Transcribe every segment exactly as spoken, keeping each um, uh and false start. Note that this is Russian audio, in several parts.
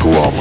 рекламы.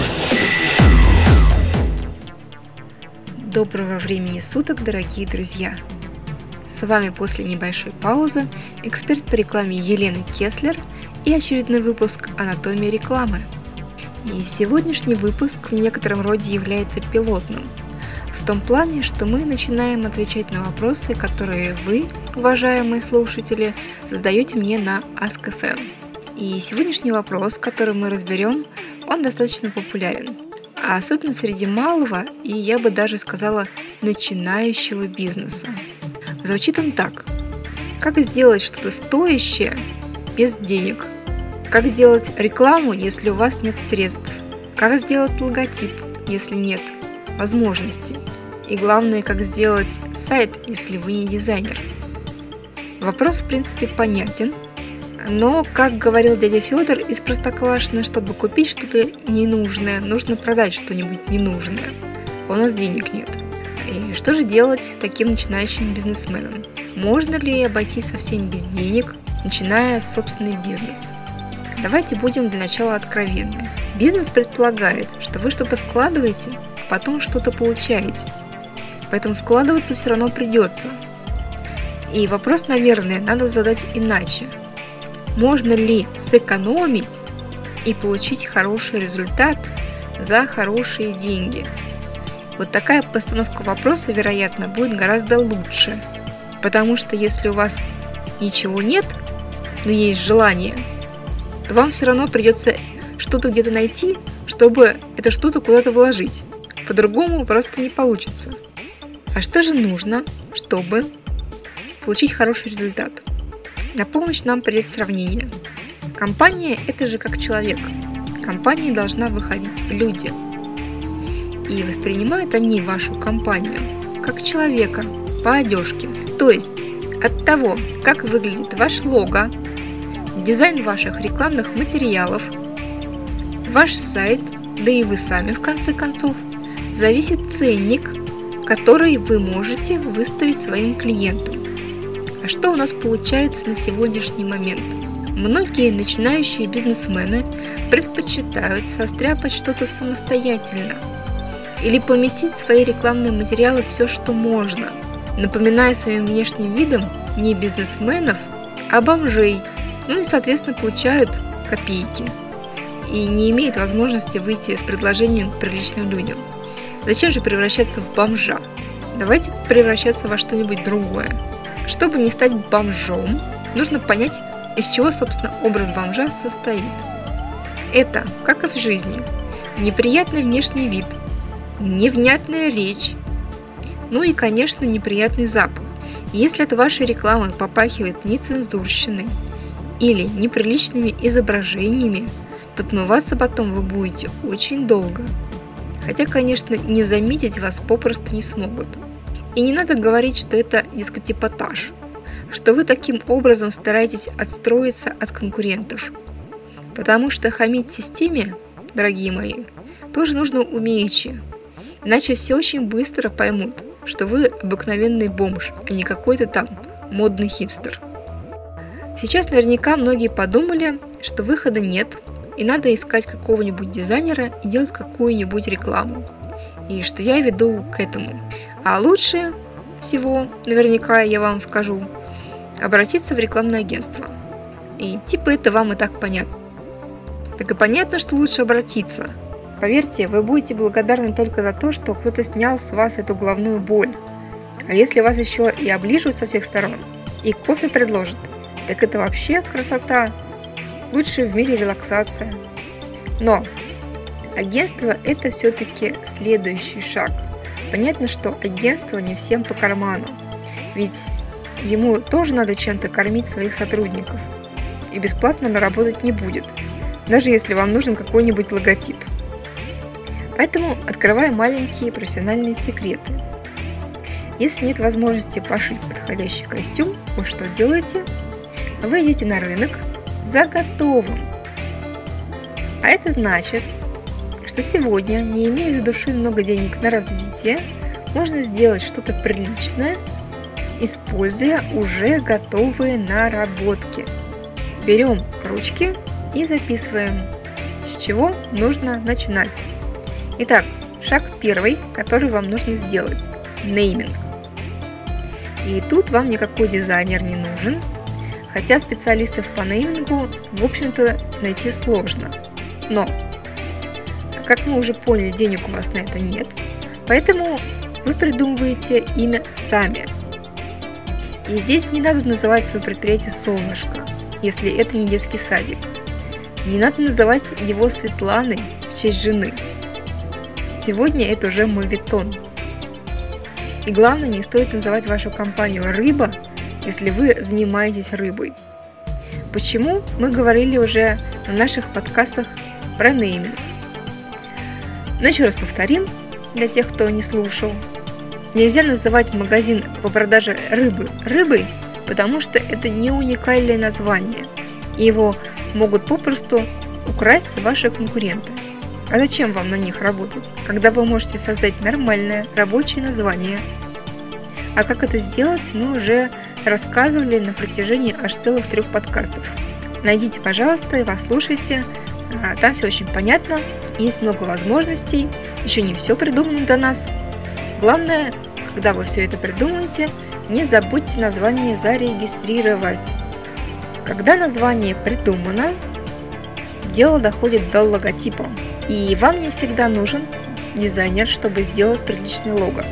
Доброго времени суток, дорогие друзья! С вами после небольшой паузы эксперт по рекламе Елена Кеслер и очередной выпуск «Анатомия рекламы». И сегодняшний выпуск в некотором роде является пилотным, в том плане, что мы начинаем отвечать на вопросы, которые вы, уважаемые слушатели, задаете мне на Ask эф эм. И сегодняшний вопрос, который мы разберем, он достаточно популярен, а особенно среди малого и, я бы даже сказала, начинающего бизнеса. Звучит он так: как сделать что-то стоящее без денег? Как сделать рекламу, если у вас нет средств? Как сделать логотип, если нет возможностей? И главное, как сделать сайт, если вы не дизайнер? Вопрос, в принципе, понятен, но, как говорил дядя Федор из Простоквашино, чтобы купить что-то ненужное, нужно продать что-нибудь ненужное. А у нас денег нет. И что же делать таким начинающим бизнесменам? Можно ли обойтись совсем без денег, начиная собственный бизнес? Давайте будем для начала откровенны. Бизнес предполагает, что вы что-то вкладываете, а потом что-то получаете. Поэтому вкладываться все равно придется. И вопрос, наверное, надо задать иначе. Можно ли сэкономить и получить хороший результат за хорошие деньги? Вот такая постановка вопроса, вероятно, будет гораздо лучше. Потому что если у вас ничего нет, но есть желание, то вам все равно придется что-то где-то найти, чтобы это что-то куда-то вложить. По-другому просто не получится. А что же нужно, чтобы получить хороший результат? На помощь нам придет сравнение. Компания – это же как человек. Компания должна выходить в люди. И воспринимают они вашу компанию как человека по одежке. То есть от того, как выглядит ваше лого, дизайн ваших рекламных материалов, ваш сайт, да и вы сами в конце концов, зависит ценник, который вы можете выставить своим клиентам. А что у нас получается на сегодняшний момент? Многие начинающие бизнесмены предпочитают состряпать что-то самостоятельно или поместить в свои рекламные материалы все, что можно, напоминая своим внешним видом не бизнесменов, а бомжей, ну и, соответственно, получают копейки и не имеют возможности выйти с предложением к приличным людям. Зачем же превращаться в бомжа? Давайте превращаться во что-нибудь другое. Чтобы не стать бомжом, нужно понять, из чего, собственно, образ бомжа состоит. Это, как и в жизни, неприятный внешний вид, невнятная речь, ну и, конечно, неприятный запах. Если от вашей рекламы попахивает нецензурщиной или неприличными изображениями, то отмываться потом вы будете очень долго. Хотя, конечно, не заметить вас попросту не смогут. И не надо говорить, что это дискотипотаж, что вы таким образом стараетесь отстроиться от конкурентов. Потому что хамить системе, дорогие мои, тоже нужно умеючи. Иначе все очень быстро поймут, что вы обыкновенный бомж, а не какой-то там модный хипстер. Сейчас наверняка многие подумали, что выхода нет, и надо искать какого-нибудь дизайнера и делать какую-нибудь рекламу. И что я веду к этому. А лучше всего, наверняка я вам скажу, обратиться в рекламное агентство. И типа это вам и так понятно. Так и понятно, что лучше обратиться. Поверьте, вы будете благодарны только за то, что кто-то снял с вас эту головную боль. А если вас еще и оближут со всех сторон, и кофе предложат, так это вообще красота. Лучшая в мире релаксация. Но агентство – это все-таки следующий шаг. Понятно, что агентство не всем по карману, ведь ему тоже надо чем-то кормить своих сотрудников, и бесплатно он работать не будет, даже если вам нужен какой-нибудь логотип. Поэтому открываю маленькие профессиональные секреты. Если нет возможности пошить подходящий костюм, вы что делаете? Вы идете на рынок за готовым. А это значит, что сегодня, не имея за душой много денег на развитие, можно сделать что-то приличное, используя уже готовые наработки. Берем ручки и записываем. С чего нужно начинать? Итак, шаг первый, который вам нужно сделать – нейминг. И тут вам никакой дизайнер не нужен, хотя специалистов по неймингу, в общем-то, найти сложно. Но, как мы уже поняли, денег у вас на это нет, поэтому вы придумываете имя сами. И здесь не надо называть свое предприятие «Солнышко», если это не детский садик. Не надо называть его Светланой в честь жены. Сегодня это уже моветон. И главное, не стоит называть вашу компанию «Рыба», если вы занимаетесь рыбой. Почему? Мы говорили уже на наших подкастах про нейминг. Но еще раз повторим, для тех, кто не слушал. Нельзя называть магазин по продаже рыбы рыбой, потому что это не уникальное название. И его могут попросту украсть ваши конкуренты. А зачем вам на них работать, когда вы можете создать нормальное рабочее название? А как это сделать, мы уже рассказывали на протяжении аж целых трех подкастов. Найдите, пожалуйста, и послушайте. Там все очень понятно, есть много возможностей, еще не все придумано до нас. Главное, когда вы все это придумаете, не забудьте название зарегистрировать. Когда название придумано, дело доходит до логотипа. И вам не всегда нужен дизайнер, чтобы сделать приличный лого.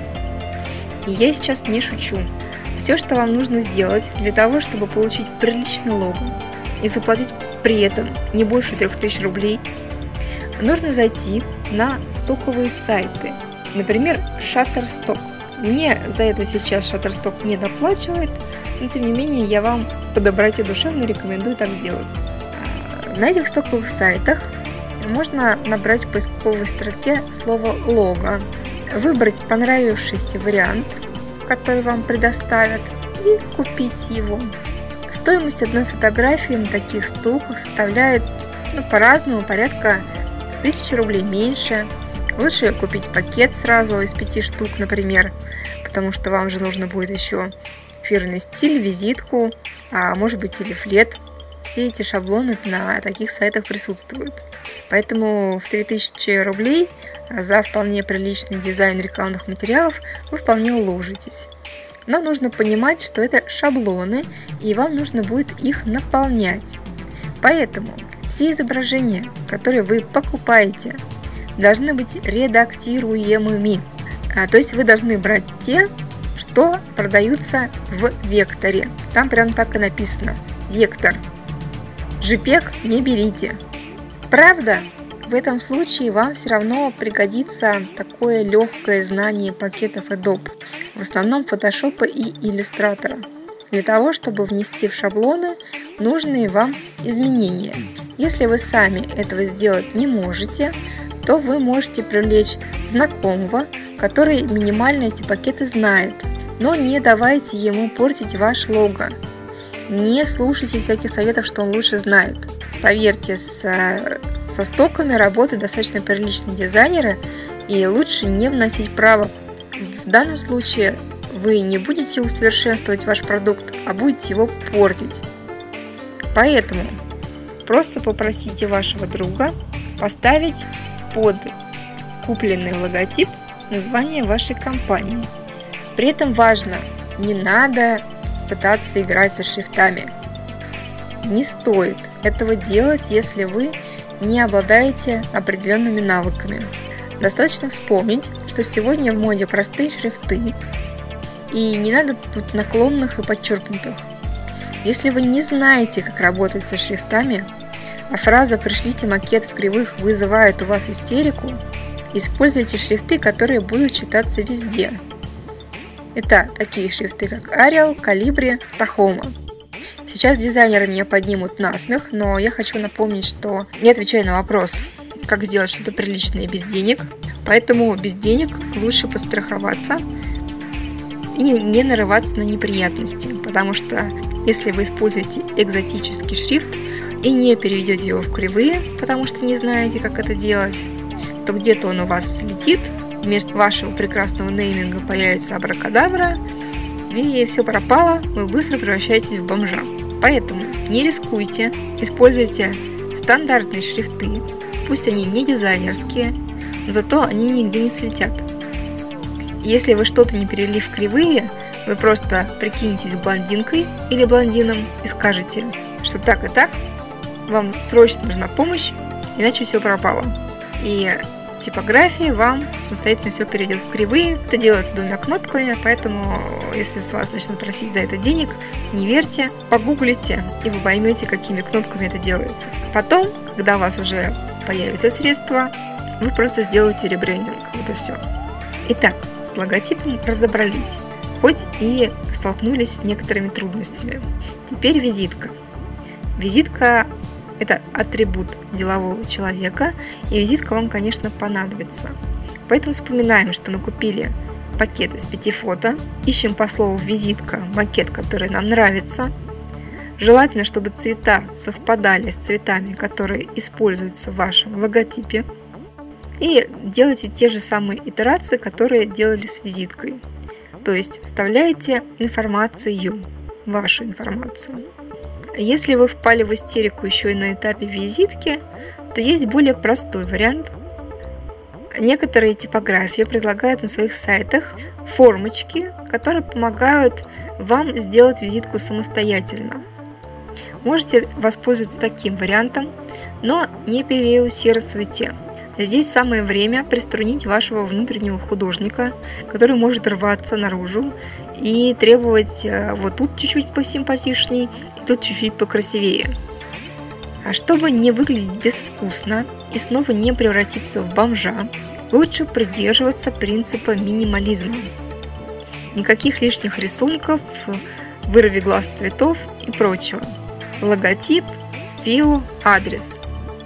И я сейчас не шучу. Все, что вам нужно сделать для того, чтобы получить приличный лого и заплатить при этом не больше трех тысяч рублей, нужно зайти на стоковые сайты. Например, Shutterstock. Мне за это сейчас Shutterstock не доплачивает, но тем не менее я вам по доброте душевной рекомендую так сделать. На этих стоковых сайтах можно набрать в поисковой строке слово «лого», выбрать понравившийся вариант, который вам предоставят, и купить его. Стоимость одной фотографии на таких стоках составляет ну, по-разному, порядка тысячи рублей меньше. Лучше купить пакет сразу из пяти штук, например, потому что вам же нужно будет еще фирменный стиль, визитку, а может быть и лифлет. Все эти шаблоны на таких сайтах присутствуют. Поэтому в три тысячи рублей за вполне приличный дизайн рекламных материалов вы вполне уложитесь. Но нужно понимать, что это шаблоны, и вам нужно будет их наполнять. Поэтому все изображения, которые вы покупаете, должны быть редактируемыми. А, то есть вы должны брать те, что продаются в векторе. Там прям так и написано «Вектор». JPEG не берите. Правда, в этом случае вам все равно пригодится такое легкое знание пакетов Adobe, в основном Photoshop и Illustrator, для того, чтобы внести в шаблоны нужные вам изменения. Если вы сами этого сделать не можете, то вы можете привлечь знакомого, который минимально эти пакеты знает, но не давайте ему портить ваш лого. Не слушайте всяких советов, что он лучше знает. Поверьте, с, со стоками работают достаточно приличные дизайнеры, и лучше не вносить правок. В данном случае вы не будете усовершенствовать ваш продукт, а будете его портить. Поэтому просто попросите вашего друга поставить под купленный логотип название вашей компании. При этом важно, не надо пытаться играть со шрифтами. Не стоит этого делать, если вы не обладаете определенными навыками. Достаточно вспомнить, что сегодня в моде простые шрифты, и не надо тут наклонных и подчеркнутых. Если вы не знаете, как работать со шрифтами, а фраза «пришлите макет в кривых» вызывает у вас истерику, используйте шрифты, которые будут читаться везде. Это такие шрифты, как Arial, Calibri, Tahoma. Сейчас дизайнеры меня поднимут на смех, но я хочу напомнить, что я отвечаю на вопрос, как сделать что-то приличное без денег. Поэтому без денег лучше постраховаться и не нарываться на неприятности, потому что если вы используете экзотический шрифт и не переведете его в кривые, потому что не знаете, как это делать, то где-то он у вас слетит, вместо вашего прекрасного нейминга появится абракадабра, и все пропало, вы быстро превращаетесь в бомжа. Поэтому не рискуйте, используйте стандартные шрифты, пусть они не дизайнерские, но зато они нигде не слетят. Если вы что-то не перевели в кривые, вы просто прикинетесь блондинкой или блондином и скажете, что так и так, вам срочно нужна помощь, иначе все пропало. И типография вам самостоятельно все перейдет в кривые. Это делается двумя кнопками, поэтому если с вас начнут просить за это денег, не верьте, погуглите, и вы поймете, какими кнопками это делается. Потом, когда у вас уже появятся средства, вы просто сделаете ребрендинг. Вот и все. Итак, с логотипом разобрались, хоть и столкнулись с некоторыми трудностями. Теперь визитка. Визитка – это атрибут делового человека, и визитка вам, конечно, понадобится. Поэтому вспоминаем, что мы купили пакет из пяти фото, ищем по слову «визитка» макет, который нам нравится. Желательно, чтобы цвета совпадали с цветами, которые используются в вашем логотипе. И делайте те же самые итерации, которые делали с визиткой. То есть вставляете информацию, вашу информацию. Если вы впали в истерику еще и на этапе визитки, то есть более простой вариант. Некоторые типографии предлагают на своих сайтах формочки, которые помогают вам сделать визитку самостоятельно. Можете воспользоваться таким вариантом, но не переусердствуйте. Здесь самое время приструнить вашего внутреннего художника, который может рваться наружу и требовать вот тут чуть-чуть посимпатичней и тут чуть-чуть покрасивее. А чтобы не выглядеть безвкусно и снова не превратиться в бомжа, лучше придерживаться принципа минимализма. Никаких лишних рисунков, вырви глаз цветов и прочего. Логотип, фио, адрес.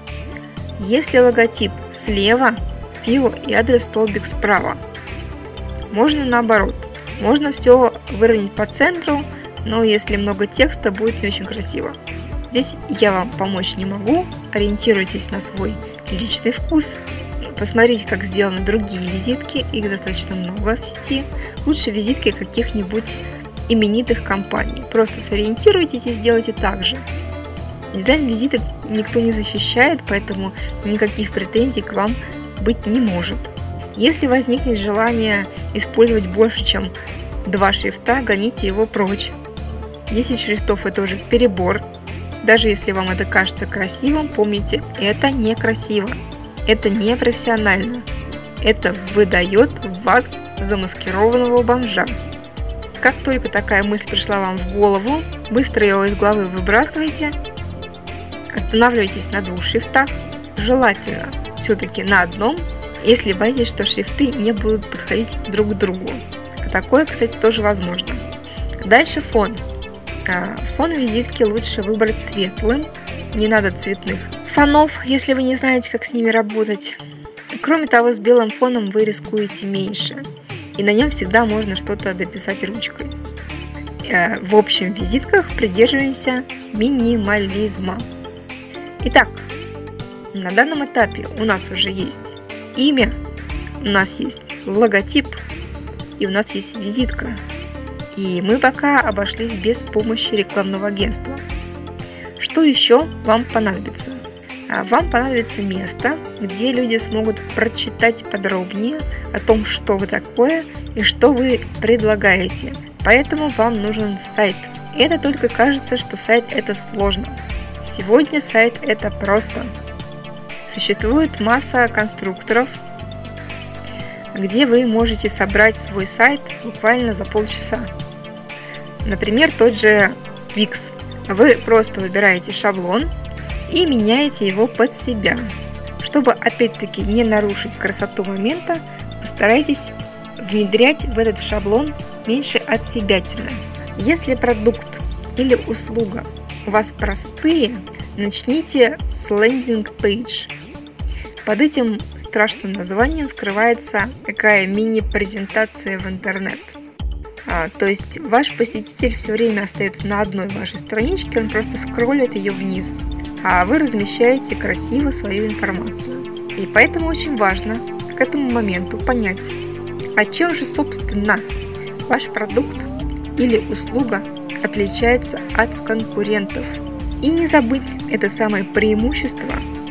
Если логотип слева, фио и адрес столбик справа. Можно наоборот. Можно все выровнять по центру, но если много текста, будет не очень красиво. Здесь я вам помочь не могу. Ориентируйтесь на свой личный вкус. Посмотрите, как сделаны другие визитки. Их достаточно много в сети. Лучше визитки каких-нибудь именитых компаний. Просто сориентируйтесь и сделайте так же. Дизайн визиток никто не защищает, поэтому никаких претензий к вам быть не может. Если возникнет желание использовать больше, чем два шрифта, гоните его прочь. десять шрифтов – это уже перебор. Даже если вам это кажется красивым, помните, это некрасиво, это не профессионально. Это выдает вас замаскированного бомжа. Как только такая мысль пришла вам в голову, быстро ее из головы выбрасывайте. Останавливайтесь на двух шрифтах, желательно все-таки на одном, если боитесь, что шрифты не будут подходить друг к другу. А такое, кстати, тоже возможно. Дальше фон. Фон визитки лучше выбрать светлым, не надо цветных фонов, если вы не знаете, как с ними работать. Кроме того, с белым фоном вы рискуете меньше, и на нем всегда можно что-то дописать ручкой. В общем, в визитках придерживаемся минимализма. Итак, на данном этапе у нас уже есть имя, у нас есть логотип и у нас есть визитка. И мы пока обошлись без помощи рекламного агентства. Что еще вам понадобится? Вам понадобится место, где люди смогут прочитать подробнее о том, что вы такое и что вы предлагаете. Поэтому вам нужен сайт. И это только кажется, что сайт это сложно. Сегодня сайт это просто. Существует масса конструкторов, где вы можете собрать свой сайт буквально за полчаса. Например, тот же Wix. Вы просто выбираете шаблон и меняете его под себя. Чтобы опять-таки не нарушить красоту момента, постарайтесь внедрять в этот шаблон меньше отсебятины. Если продукт или услуга у вас простые, начните с лендинг-пейдж. Под этим страшным названием скрывается такая мини-презентация в интернет. А, то есть ваш посетитель все время остается на одной вашей страничке, он просто скроллит ее вниз, а вы размещаете красиво свою информацию. И поэтому очень важно к этому моменту понять, а чем же, собственно, ваш продукт или услуга отличается от конкурентов. И не забыть это самое преимущество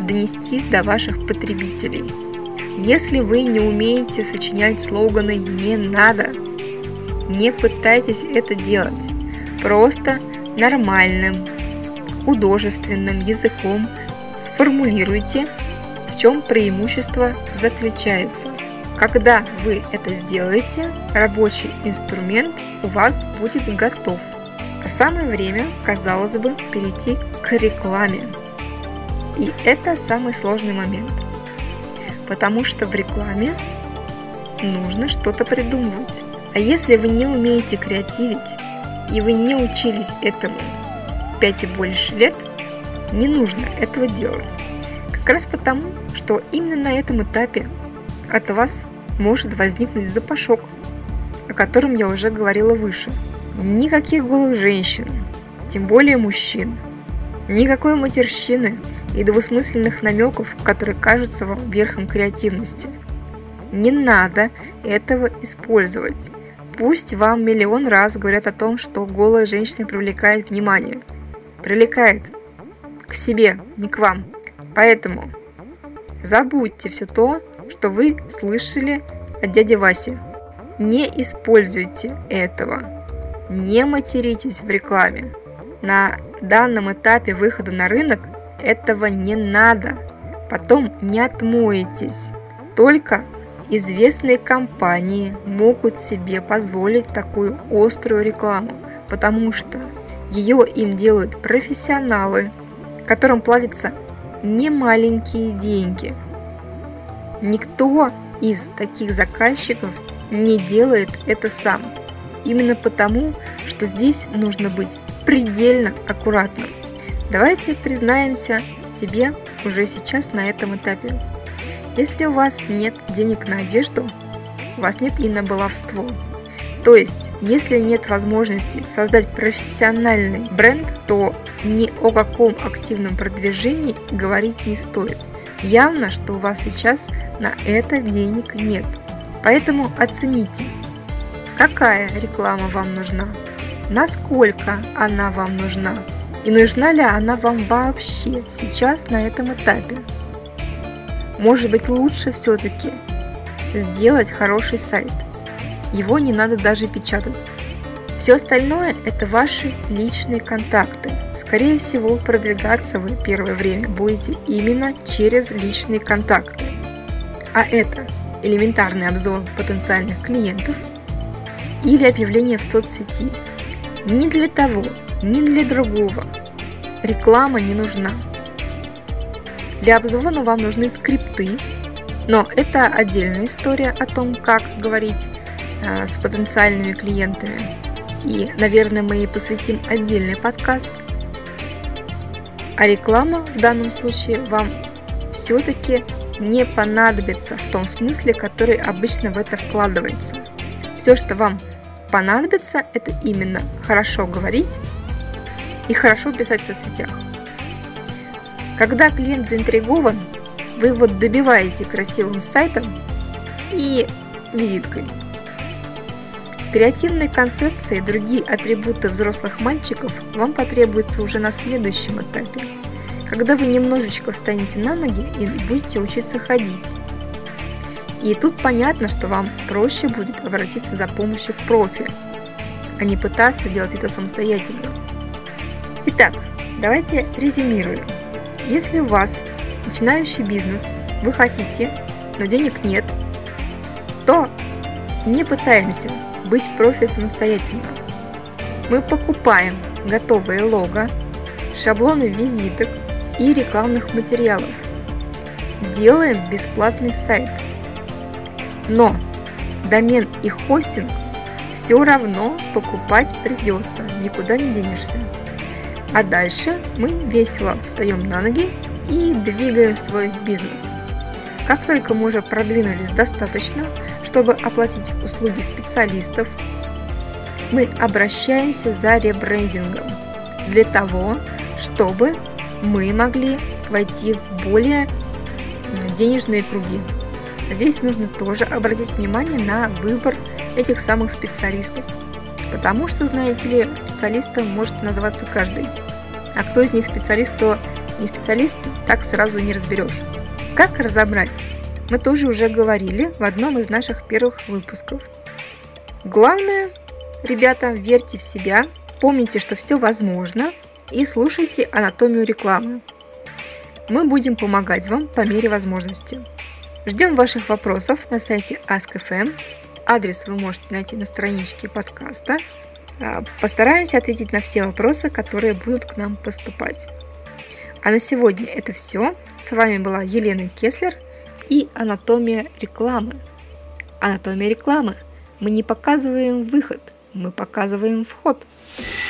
донести до ваших потребителей. Если вы не умеете сочинять слоганы, не надо. Не пытайтесь это делать. Просто нормальным, художественным языком сформулируйте, в чем преимущество заключается. Когда вы это сделаете, рабочий инструмент у вас будет готов. А самое время, казалось бы, перейти к рекламе. И это самый сложный момент. Потому что в рекламе нужно что-то придумывать. А если вы не умеете креативить, и вы не учились этому пять и больше лет, не нужно этого делать. Как раз потому, что именно на этом этапе от вас может возникнуть запашок, о котором я уже говорила выше. Никаких голых женщин, тем более мужчин, никакой матерщины и двусмысленных намеков, которые кажутся вам верхом креативности. Не надо этого использовать. Пусть вам миллион раз говорят о том, что голая женщина привлекает внимание. Привлекает к себе, не к вам. Поэтому забудьте все то, что вы слышали от дяди Васи. Не используйте этого. Не материтесь в рекламе. На данном этапе выхода на рынок этого не надо. Потом не отмоетесь. Только известные компании могут себе позволить такую острую рекламу, потому что ее им делают профессионалы, которым платятся немаленькие деньги. Никто из таких заказчиков не делает это сам. Именно потому, что здесь нужно быть предельно аккуратным. Давайте признаемся себе уже сейчас на этом этапе. Если у вас нет денег на одежду, у вас нет и на баловство. То есть, если нет возможности создать профессиональный бренд, то ни о каком активном продвижении говорить не стоит. Явно, что у вас сейчас на это денег нет. Поэтому оцените, какая реклама вам нужна, насколько она вам нужна и нужна ли она вам вообще сейчас на этом этапе. Может быть, лучше все-таки сделать хороший сайт. Его не надо даже печатать. Все остальное – это ваши личные контакты. Скорее всего, продвигаться вы первое время будете именно через личные контакты. А это элементарный обзор потенциальных клиентов или объявление в соцсети. Ни для того, ни для другого реклама не нужна. Для обзвона вам нужны скрипты, но это отдельная история о том, как говорить э, с потенциальными клиентами. И, наверное, мы ей посвятим отдельный подкаст. А реклама в данном случае вам все-таки не понадобится в том смысле, который обычно в это вкладывается. Все, что вам понадобится, это именно хорошо говорить и хорошо писать в соцсетях. Когда клиент заинтригован, вы его добиваете красивым сайтом и визиткой. Креативные концепции и другие атрибуты взрослых мальчиков вам потребуются уже на следующем этапе, когда вы немножечко встанете на ноги и будете учиться ходить. И тут понятно, что вам проще будет обратиться за помощью к профи, а не пытаться делать это самостоятельно. Итак, давайте резюмируем. Если у вас начинающий бизнес, вы хотите, но денег нет, то не пытаемся быть профи самостоятельно. Мы покупаем готовые лого, шаблоны визиток и рекламных материалов. Делаем бесплатный сайт. Но домен и хостинг все равно покупать придется, никуда не денешься. А дальше мы весело встаем на ноги и двигаем свой бизнес. Как только мы уже продвинулись достаточно, чтобы оплатить услуги специалистов, мы обращаемся за ребрендингом для того, чтобы мы могли войти в более денежные круги. Здесь нужно тоже обратить внимание на выбор этих самых специалистов, потому что, знаете ли, специалистом может называться каждый. А кто из них специалист, кто не специалист, так сразу не разберешь. Как разобрать? Мы тоже уже говорили в одном из наших первых выпусков. Главное, ребята, верьте в себя, помните, что все возможно, и слушайте анатомию рекламы. Мы будем помогать вам по мере возможности. Ждем ваших вопросов на сайте Ask эф эм. Адрес вы можете найти на страничке подкаста. Постараемся ответить на все вопросы, которые будут к нам поступать. А на сегодня это все. С вами была Елена Кеслер и анатомия рекламы. Анатомия рекламы. Мы не показываем выход, мы показываем вход.